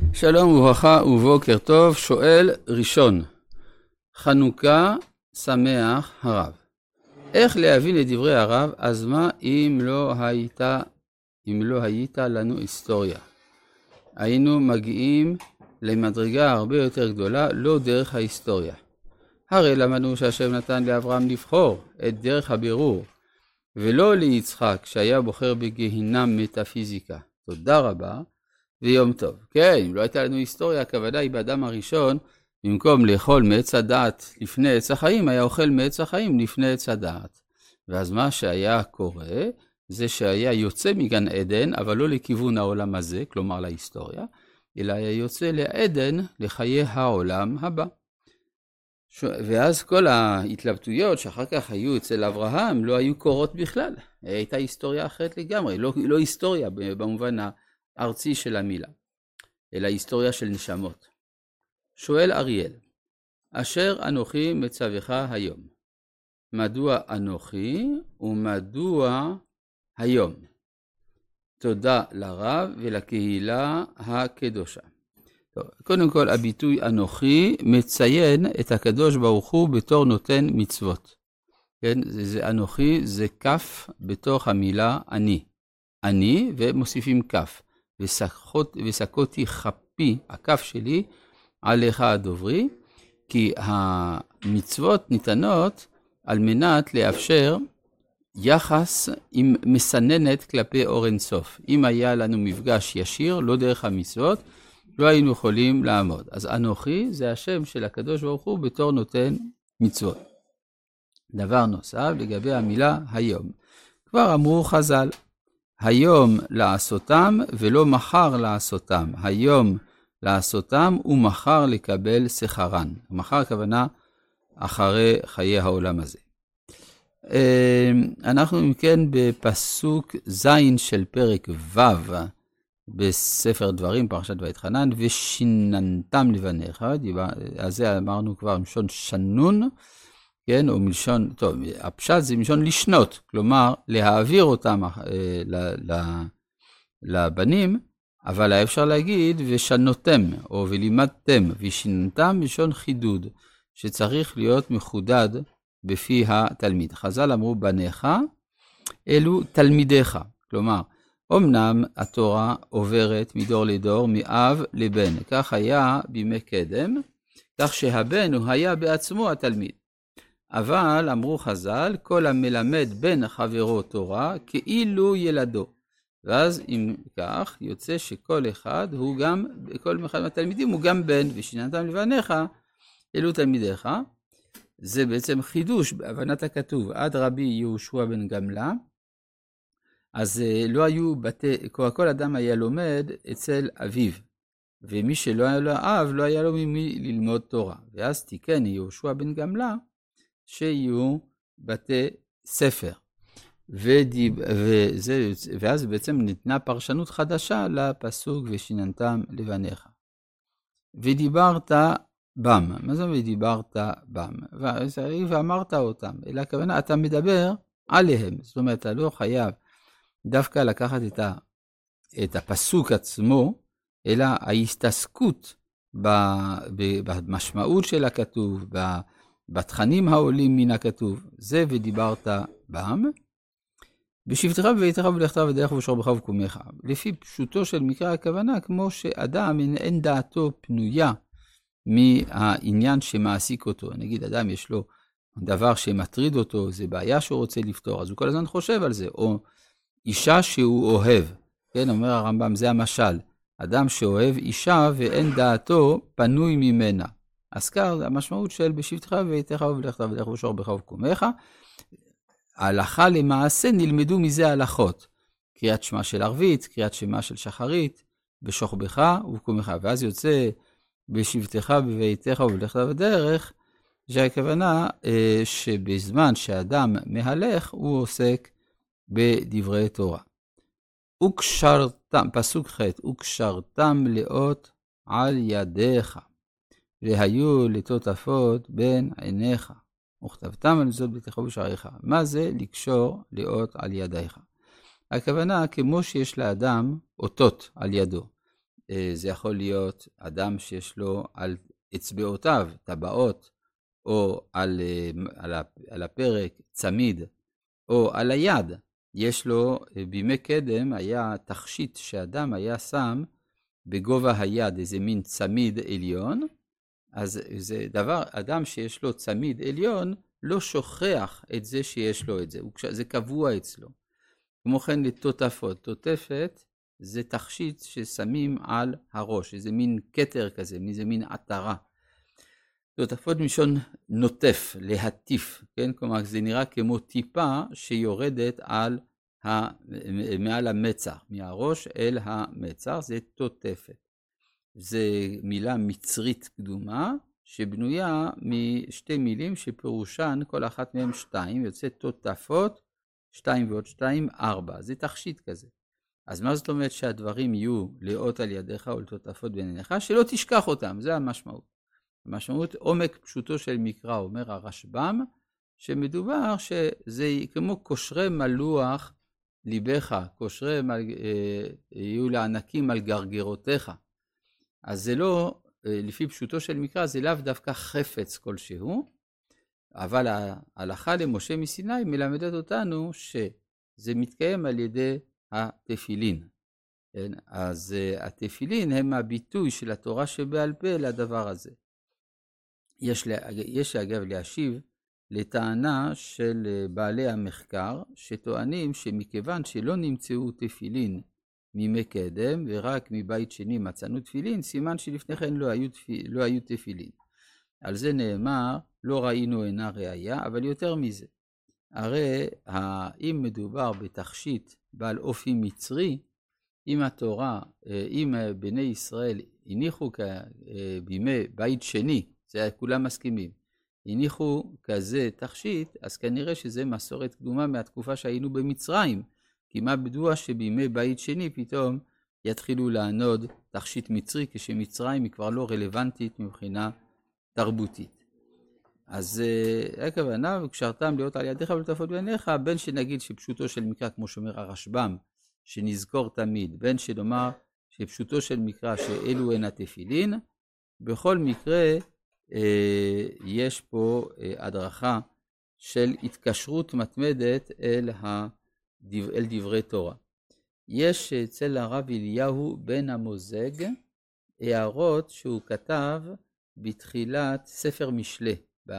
שלום וברכה ובוקר טוב. שואל ראשון, חנוכה שמח הרב. איך להבין את דברי הרב? אז מה אם לא הייתה לנו היסטוריה? היינו מגיעים למדרגה הרבה יותר גדולה, לא דרך ההיסטוריה. הרי למדנו שהשם נתן לאברהם לבחור את דרך הבירור, ולא ליצחק שהיה בוחר בגיהינם מטאפיזיקה. תודה רבה ויום טוב. כן, אם לא הייתה לנו היסטוריה, הכוונה היא באדם הראשון, במקום לאכול מעץ הדעת לפני עץ החיים, היה אוכל מעץ החיים לפני עץ הדעת. ואז מה שהיה קורה, זה שהיה יוצא מגן עדן, אבל לא לכיוון העולם הזה, כלומר להיסטוריה, אלא היה יוצא לעדן לחיי העולם הבא. ואז כל ההתלבטויות שאחר כך היו אצל אברהם לא היו קורות בכלל. הייתה היסטוריה אחרת לגמרי, לא היסטוריה במובן הארצי של המילה, אלא היסטוריה של נשמות. שואל אריאל, אשר אנוכי מצווך היום. מדוע אנוכי ומדוע היום? תודה לרב ולקהילה הקדושה. טוב, קודם כל, הביטוי אנוכי מציין את הקדוש ברוך הוא בתור נותן מצוות. כן? זה אנוכי, זה כף בתוך המילה אני. אני, ומוסיפים כף. וסקותי חפי, הכף שלי, עליך הדוברי, כי המצוות ניתנות על מנת לאפשר יחס עם מסננת כלפי אור אינסוף. אם היה לנו מפגש ישיר, לא דרך המצוות, לא היינו יכולים לעמוד. אז אנוכי זה השם של הקדוש ברוך הוא בתור נותן מצוות. דבר נוסף לגבי המילה היום. כבר אמרו חז"ל, היום לעשותם ולא מחר לעשותם. היום לעשותם ומחר לקבל שכרן. מחר הכוונה אחרי חיי העולם הזה. אנחנו מכן בפסוק זין של פרק ו' בספר דברים, פרשת ויתחנן, ושיננתם לבניך, אז זה אמרנו כבר מלשון שנון, כן, או מלשון, טוב, הפשט זה מלשון לשנות, כלומר להעביר אותם לבנים, אבל אפשר להגיד ושנותם, או ולימדתם, ושיננתם מלשון חידוד, שצריך להיות מחודד בפי התלמיד. חז"ל אמרו בניך, אלו תלמידיך, כלומר, אמנם התורה עוברת מדור לדור, מאב לבן. כך היה בימי קדם, כך שהבן הוא היה בעצמו התלמיד. אבל אמרו חז"ל, כל המלמד בן חברו תורה, כאילו ילדו. ואז אם כך, יוצא שכל אחד הוא גם, כל אחד מהתלמידים הוא גם בן, ושיננתם לבניך, אלו תלמידיך. זה בעצם חידוש בהבנת הכתוב. עד רבי יהושע בן גמלא, אז לא היו כל אדם היה לומד אצל אביו, ומי שלא היה לו אב, לא היה לו ממי ללמוד תורה. ואז תיקן יהושע בן גמלא, שיהיו בתי ספר. ואז בעצם ניתנה פרשנות חדשה לפסוק ושיננתם לבניך. ודיברת בם. מה זה ודיברת בם? ואמרת אותם. אלא הכוונה, אתה מדבר עליהם. זאת אומרת, אתה לא חייב דווקא לקחת את הפסוק עצמו, אלא ההסתסקות במשמעות של הכתוב, בתכנים העולים מן הכתוב, זה ודיברת בם. בשבתך בביתך ובלכתך בדרך ובשוכבך ובקומך. לפי פשוטו של מקרא הכוונה, כמו שאדם אין דעתו פנויה מהעניין שמעסיק אותו. נגיד, אדם יש לו דבר שמטריד אותו, זה בעיה שהוא רוצה לפתור, אז הוא כל הזמן חושב על זה, או אישה שהוא אוהב, כן, אומר הרמב"ם, זה המשל, אדם שאוהב אישה ואין דעתו פנוי ממנה. אז כך, המשמעות של בשבתך בביתך ובלכתך בדרך ובשוכבך ובקומך, ההלכה למעשה נלמדו מזה הלכות, קריאת שמע של ערבית, קריאת שמע של שחרית, בשוכבך ובקומך, ואז יוצא בשבתך בביתך ובלכתך בדרך, שהכוונה שבזמן שאדם מהלך, הוא עוסק בדברי תורה. וקשרתם, פסוק ח', וקשרתם לאות על ידיך, והיו לטוטפות בין עיניך, וכתבתם על זאת ביתך ובשעריך. מה זה לקשור לאות על ידיך? הכוונה, כמו שיש לאדם אותות על ידו, זה יכול להיות אדם שיש לו על אצבעותיו, טבעות, או על הפרק צמיד, או על היד. יש לו, בימי קדם היה תכשיט שאדם היה שם בגובה היד, איזה מין צמיד עליון. אז זה דבר, אדם שיש לו צמיד עליון, לא שוכח את זה שיש לו את זה, זה קבוע אצלו. כמו כן לתותפות, תותפת זה תכשיט ששמים על הראש, איזה מין קטר כזה, איזה מין עטרה. תותפות משון נוטף, להטיף, כן? כלומר זה נראה כמו טיפה שיורדת מעל המצח, מהראש אל המצח, זה תותפת. זה מילה מצרית קדומה, שבנויה משתי מילים שפירושן, כל אחת מהן 2, יוצא תותפות, 2 ועוד 2, 4. זה תכשיט כזה. אז מה זאת אומרת שהדברים יהיו לאות על ידיך ולתותפות בין עיניך? שלא תשכח אותם, זה המשמעות. המשמעות, עומק פשוטו של מקרא, אומר הרשב"ם, שמדובר שזה כמו קושרי מלוח ליבך, יהיו לענקים על גרגרותיך. אז זה לא, לפי פשוטו של מקרא, זה לאו דווקא חפץ כלשהו, אבל ההלכה למשה מסיני מלמדת אותנו שזה מתקיים על ידי התפילין. אז התפילין הם הביטוי של התורה שבעל פה לדבר הזה. יש אגב להשיב לטענה של בעלי המחקר, שטוענים שמכיוון שלא נמצאו תפילין מימי קדם, ורק מבית שני מצאנו תפילין, סימן שלפני כן לא היו תפילין. על זה נאמר, לא ראינו אינה ראיה, אבל יותר מזה. הרי אם מדובר בתכשיט בעל אופי מצרי, אם התורה, אם בני ישראל הניחו בימי בית שני, זה כולם מסכימים, הניחו כזה תכשיט, אז כנראה שזה מסורת קדומה מהתקופה שהיינו במצרים, כי מה בדוע שבימי בית שני פתאום יתחילו לענוד תכשיט מצרי, כשמצרים היא כבר לא רלוונטית מבחינה תרבותית. אז הכוונה, וקשרתם להיות על ידיך ולתופות בעיניך, בין שנגיד שפשוטו של מקרא, כמו שאומר הרשב"ם, שנזכור תמיד, בין שנאמר שפשוטו של מקרא שאלו הן התפילין, בכל מקרה יש פה הדרכה של התקשרות מתמדת אל דברי תורה. יש אצל הרב אליהו בן המוזג הערות שהוא כתב בתחילת ספר משלי,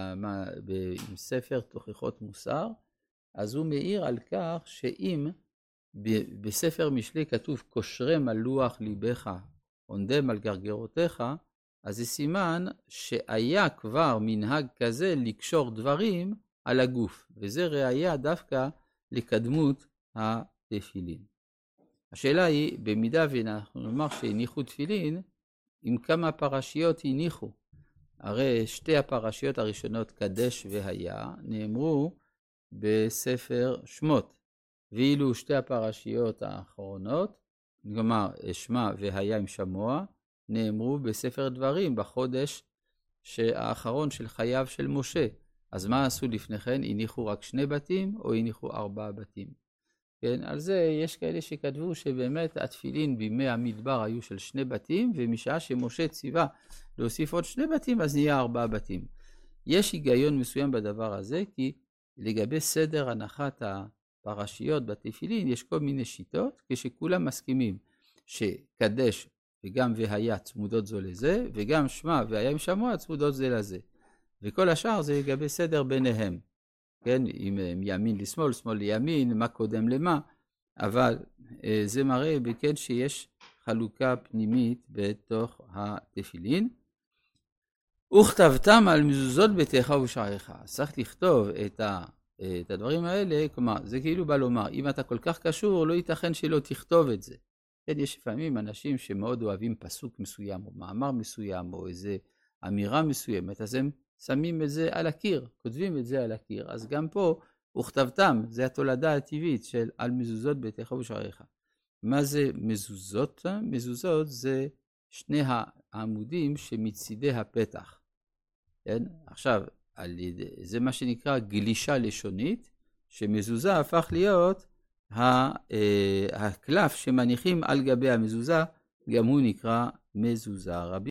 עם ספר תוכחות מוסר, אז הוא מעיר על כך שאם בספר משלי כתוב קושרם על לוח ליבך, עונדם על גרגרותיך, אז זה סימן שהיה כבר מנהג כזה לקשור דברים על הגוף, וזה ראיה דווקא לקדמות התפילין. השאלה היא, במידה ואנחנו נאמר שהניחו תפילין, עם כמה פרשיות הניחו. הרי שתי הפרשיות הראשונות, קדש והיה, נאמרו בספר שמות, ואילו שתי הפרשיות האחרונות, כלומר שמע והיה עם שמוע, נאמרו בספר דברים, בחודש האחרון של חייו של משה. אז מה עשו לפני כן? הניחו רק 2 בתים או הניחו 4 בתים? כן, על זה יש כאלה שכתבו שבאמת התפילין בימי המדבר היו של 2 בתים, ומשעה שמשה ציווה להוסיף עוד 2 בתים, אז נהיה 4 בתים. יש היגיון מסוים בדבר הזה, כי לגבי סדר הנחת הפרשיות בתפילין, יש כל מיני שיטות, כשכולם מסכימים שקדש וגם והיה צמודות זו לזה, וגם שמע והיה עם שמוע צמודות זה לזה. וכל השאר זה לגבי סדר ביניהם. כן, אם ימין לשמאל, שמאל לימין, מה קודם למה, אבל זה מראה בכן שיש חלוקה פנימית בתוך התפילין. וכתבתם על מזוזות ביתך ובשעריך. צריך לכתוב את הדברים האלה, כלומר, זה כאילו בא לומר, אם אתה כל כך קשור, לא ייתכן שלא תכתוב את זה. כן, יש לפעמים אנשים שמאוד אוהבים פסוק מסוים, או מאמר מסוים, או איזה אמירה מסוימת, אז הם שמים את זה על הקיר, כותבים את זה על הקיר. אז גם פה, וכתבתם, זה התולדה הטבעית של על מזוזות ביתך ובשעריך. מה זה מזוזות? מזוזות זה 2 העמודים שמצידי הפתח. כן? עכשיו, זה מה שנקרא גלישה לשונית, שמזוזה הפך להיות הקלף שמניחים על גבי המזוזה גם הוא נקרא מזוזה. רבי